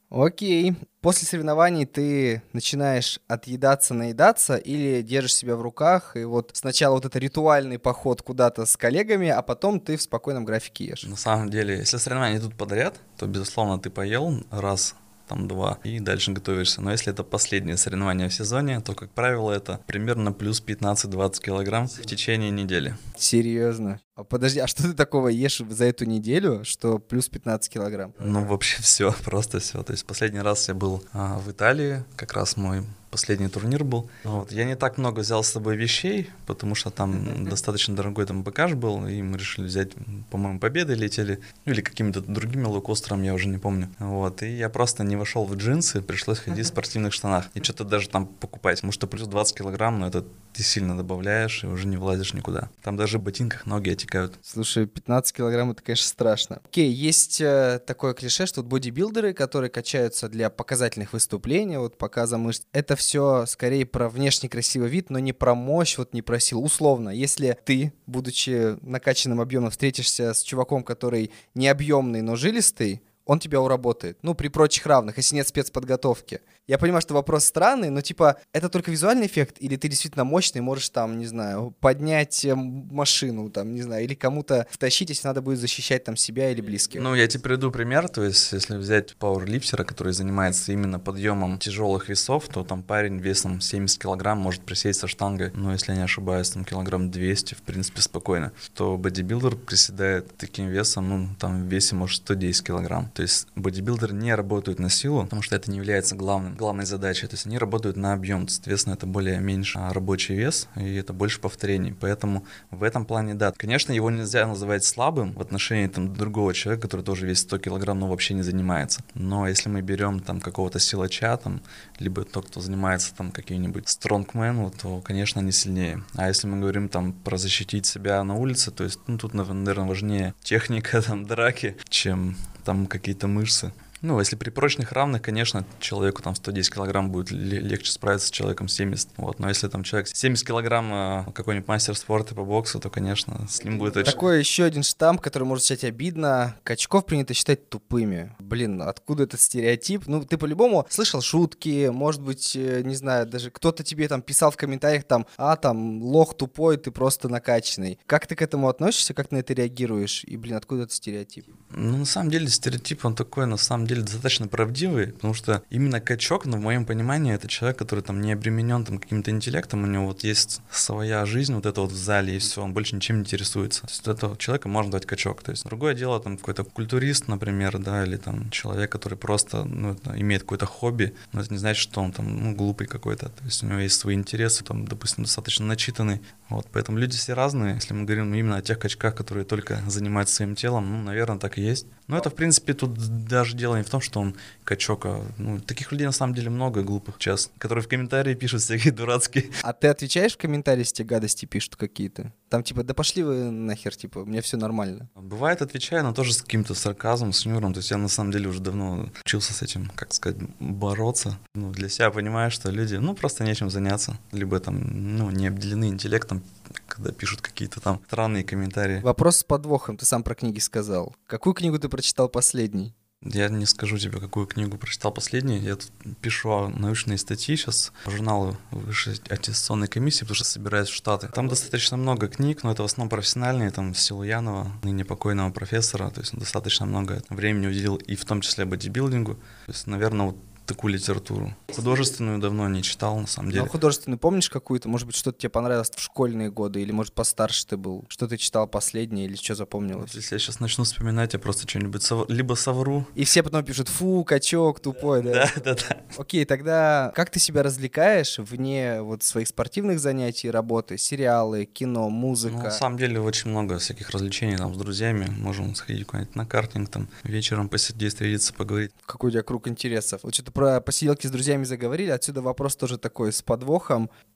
Окей. После соревнований ты начинаешь отъедаться, наедаться или держишь себя в руках, и вот сначала вот это ритуальный поход куда-то с коллегами, а потом ты в спокойном графике ешь? На самом деле, если соревнования идут подряд, то, безусловно, ты поел раз, там два, и дальше готовишься. Но если это последнее соревнование в сезоне, то, как правило, это примерно плюс 15-20 килограмм в течение недели. Серьезно? А подожди, а что ты такого ешь за эту неделю, что плюс 15 килограмм? Ну, вообще все, просто все. То есть последний раз я был в Италии, как раз мой последний турнир был. Вот. Я не так много взял с собой вещей, потому что там достаточно дорогой там багаж был, и мы решили взять, по-моему, Победы летели, ну, или какими-то другими лоукостерами, я уже не помню. Вот. И я просто не вошел в джинсы, пришлось ходить в спортивных штанах. И что-то даже там покупать, потому что плюс 20 килограмм, но это ты сильно добавляешь, и уже не влазишь никуда. Там даже в ботинках ноги отекают. Слушай, 15 килограмм — это, конечно, страшно. Окей, есть такое клише, что вот бодибилдеры, которые качаются для показательных выступлений, вот показа мышц, это все скорее про внешне красивый вид, но не про мощь, вот не про силу. Условно, если ты, будучи накачанным объемом, встретишься с чуваком, который не объемный, но жилистый, он тебя уработает. Ну, при прочих равных, если нет спецподготовки. Я понимаю, что вопрос странный, но, типа, это только визуальный эффект, или ты действительно мощный, можешь, там, не знаю, поднять машину, там, не знаю, или кому-то втащить, если надо будет защищать, там, себя или близких. Ну, я тебе приведу пример, то есть, если взять пауэрлифтера, который занимается именно подъемом тяжелых весов, то там парень весом 70 килограмм может присесть со штангой, ну, если я не ошибаюсь, там, килограмм 200, в принципе, спокойно. То бодибилдер приседает таким весом, ну, там, в весе, может, 110 килограмм. То есть бодибилдеры не работают на силу, потому что это не является главной задачей. То есть они работают на объем, соответственно, это более меньше рабочий вес, и это больше повторений. Поэтому в этом плане, да, конечно, его нельзя называть слабым в отношении там другого человека, который тоже весит 100 килограмм, но вообще не занимается. Но если мы берем там какого-то силача, там, либо тот, кто занимается там каким-нибудь стронгменом, то, конечно, они сильнее. А если мы говорим там про защитить себя на улице, то есть, ну, тут, наверное, важнее техника там драки, чем там какие-то мышцы. Ну, если при прочных равных, конечно, человеку там 110 килограмм будет легче справиться с человеком 70. Вот. Но если там человек 70 килограмм, какой-нибудь мастер спорта по боксу, то, конечно, с ним будет очень... Такой еще один штамп, который может стать обидно. Качков принято считать тупыми. Блин, откуда этот стереотип? Ну, ты по-любому слышал шутки, может быть, не знаю, даже кто-то тебе там писал в комментариях там, там, лох тупой, ты просто накачанный. Как ты к этому относишься, как на это реагируешь? И, блин, откуда этот стереотип? Ну, на самом деле, стереотип, он такой, на самом деле, достаточно правдивый, потому что именно качок, ну, в моем понимании, это человек, который там не обременен там каким-то интеллектом, у него вот есть своя жизнь, вот это вот в зале, и все, он больше ничем не интересуется. То есть этого человека можно дать качок. То есть другое дело, там, какой-то культурист, например, да, или там человек, который просто, ну, имеет какое-то хобби, но это не значит, что он там, ну, глупый какой-то. То есть у него есть свои интересы, там, допустим, достаточно начитанный. Вот, поэтому люди все разные. Если мы говорим именно о тех качках, которые только занимаются своим телом, ну, наверное, так и есть. Но это, в принципе, тут даже дело не в том, что он качок, ну, таких людей на самом деле много глупых сейчас, которые в комментарии пишут всякие дурацкие. А ты отвечаешь в комментариях, если тебе гадости пишут какие-то? Там типа, да пошли вы нахер, типа, у меня все нормально. Бывает, отвечаю, но тоже с каким-то сарказмом, с юмором. То есть я на самом деле уже давно учился с этим, как сказать, бороться. Ну, для себя понимаю, что люди, ну, просто нечем заняться. Либо там, ну, не обделены интеллектом, когда пишут какие-то там странные комментарии. Вопрос с подвохом, ты сам про книги сказал. Какую книгу ты прочитал последней? Я не скажу тебе, какую книгу прочитал последнюю. Я тут пишу научные статьи сейчас по журналу Высшей аттестационной комиссии, потому что собираюсь в Штаты. Там достаточно много книг, но это в основном профессиональные, там Силуянова, ныне покойного профессора. То есть он достаточно много времени уделил и в том числе бодибилдингу. То есть, наверное, вот такую литературу. Художественную давно не читал, на самом деле. Ну, художественную помнишь какую-то? Может быть, что-то тебе понравилось в школьные годы? Или, может, постарше ты был? Что ты читал последнее или что запомнилось? Если я сейчас начну вспоминать, я просто что-нибудь либо совру. И все потом пишут: фу, качок, тупой, да? Да. Окей, тогда как ты себя развлекаешь вне вот своих спортивных занятий, работы, сериалы, кино, музыка? Ну, на самом деле очень много всяких развлечений там с друзьями. Можем сходить куда-нибудь на картинг, там вечером посидеть, встретиться, поговорить. Какой у тебя круг интересов? Вот что-то про посиделки с друзьями заговорили, отсюда вопрос тоже такой с подвохом.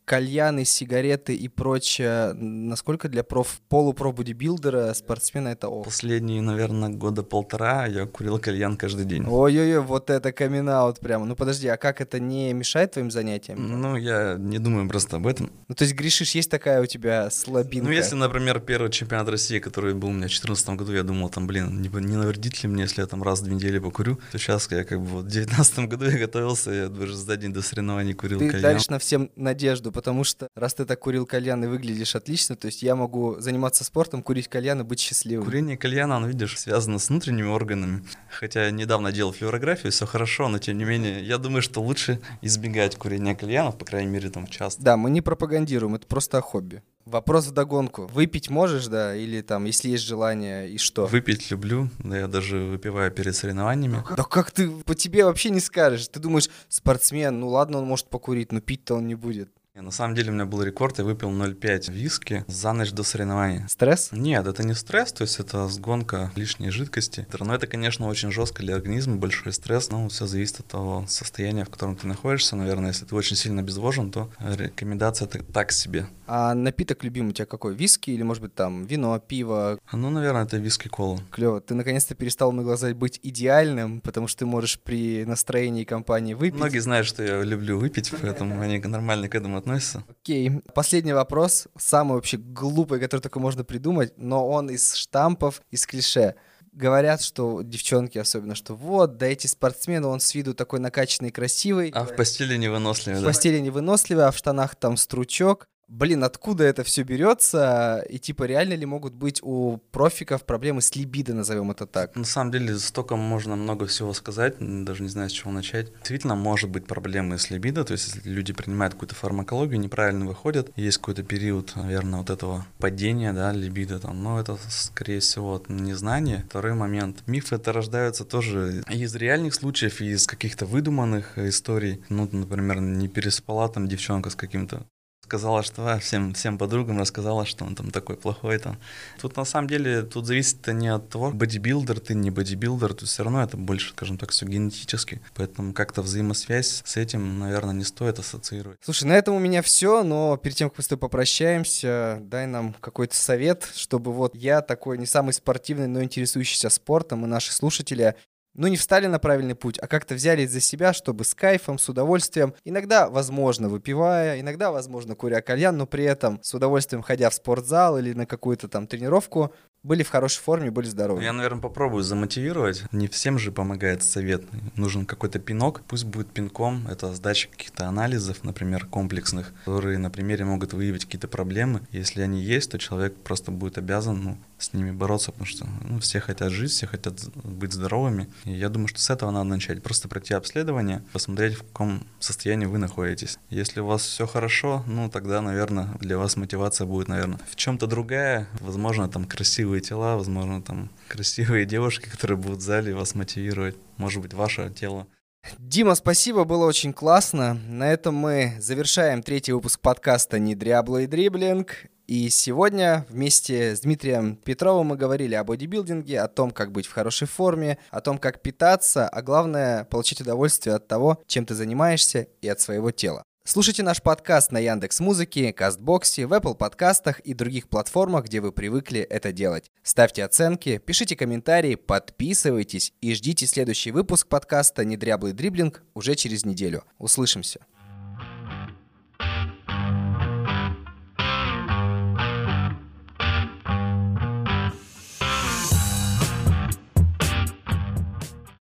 кальяны, сигареты и прочее, насколько для полупро-бодибилдера, спортсмена это ок? Последние, наверное, года полтора я курил кальян каждый день. Ой-ой-ой, вот это камин-аут прямо. Ну подожди, а как это не мешает твоим занятиям? Ну, я не думаю просто об этом. Ну то есть грешишь, есть такая у тебя слабинка? Ну, если, например, первый чемпионат России, который был у меня в 2014 году, я думал, там, блин, не навредит ли мне, если я там раз в 2 недели покурю, то сейчас я как бы вот в 2019 году я готовился, я даже за день до соревнований курил Ты кальян. даришь на всем надежду, потому что раз ты так курил кальян и выглядишь отлично, то есть я могу заниматься спортом, курить кальян и быть счастливым. Курение кальяна, оно, видишь, связано с внутренними органами. Хотя я недавно делал флюорографию, все хорошо, но тем не менее, я думаю, что лучше избегать курения кальянов, по крайней мере, там часто. Да, мы не пропагандируем, это просто хобби. Вопрос вдогонку. Выпить можешь, да? Или там, если есть желание, и что? Выпить люблю, да, я даже выпиваю перед соревнованиями. Да как ты по тебе вообще не скажешь? Ты думаешь, спортсмен, ну ладно, он может покурить, но пить-то он не будет. На самом деле у меня был рекорд, я выпил 0,5 виски за ночь до соревнований. Стресс? Нет, это не стресс, то есть это сгонка лишней жидкости. Но это, конечно, очень жестко для организма, большой стресс, но все зависит от того состояния, в котором ты находишься. Наверное, если ты очень сильно обезвожен, то рекомендация так себе. А напиток любимый у тебя какой? Виски или, может быть, там вино, пиво? Ну, наверное, это виски-кола. Клево. Ты наконец-то перестал на глаза быть идеальным, потому что ты можешь при настроении компании выпить. Многие знают, что я люблю выпить, поэтому они нормально к этому относятся. Окей. Последний вопрос, самый вообще глупый, который только можно придумать, но он из штампов, из клише. Говорят, что девчонки особенно, что вот, да эти спортсмены, он с виду такой накачанный, красивый. А в постели невыносливый, В да? постели невыносливый, а в штанах там стручок. Блин, откуда это все берется? И типа реально ли могут быть у профиков проблемы с либидо, назовем это так? На самом деле, столько можно много всего сказать, даже не знаю, с чего начать. Действительно, может быть проблемы с либидо, то есть если люди принимают какую-то фармакологию, неправильно выходят, есть какой-то период, наверное, вот этого падения, да, либидо там, но это, скорее всего, от незнания. Второй момент. Мифы это рождаются тоже из реальных случаев, и из каких-то выдуманных историй. Ну, например, не переспала там девчонка с каким-то, сказала, что всем подругам рассказала, что он там такой плохой там. Тут на самом деле, тут зависит не от того, бодибилдер ты, не бодибилдер, тут все равно это больше, скажем так, все генетически. Поэтому как-то взаимосвязь с этим, наверное, не стоит ассоциировать. Слушай, на этом у меня все, но перед тем, как мы с тобой попрощаемся, дай нам какой-то совет, чтобы вот я такой не самый спортивный, но интересующийся спортом, и наши слушатели не встали на правильный путь, а как-то взялись за себя, чтобы с кайфом, с удовольствием, иногда, возможно, выпивая, иногда, возможно, куря кальян, но при этом с удовольствием ходя в спортзал или на какую-то там тренировку, были в хорошей форме, были здоровы. Я, наверное, попробую замотивировать. Не всем же помогает совет. Нужен какой-то пинок. Пусть будет пинком. Это сдача каких-то анализов, например, комплексных, которые на примере могут выявить какие-то проблемы. Если они есть, то человек просто будет обязан с ними бороться, потому что все хотят жить, все хотят быть здоровыми. И я думаю, что с этого надо начать. Просто пройти обследование, посмотреть, в каком состоянии вы находитесь. Если у вас все хорошо, тогда, наверное, для вас мотивация будет, наверное, в чем-то другая. Возможно, там красивые тела, возможно, там красивые девушки, которые будут в зале вас мотивировать. Может быть, ваше тело. Дима, спасибо, было очень классно. На этом мы завершаем 3-й выпуск подкаста «Недряблый дриблинг». И сегодня вместе с Дмитрием Петровым мы говорили о бодибилдинге, о том, как быть в хорошей форме, о том, как питаться, а главное, получить удовольствие от того, чем ты занимаешься, и от своего тела. Слушайте наш подкаст на Яндекс.Музыке, Кастбоксе, в Apple подкастах и других платформах, где вы привыкли это делать. Ставьте оценки, пишите комментарии, подписывайтесь и ждите следующий выпуск подкаста «Недряблый дриблинг» уже через неделю. Услышимся!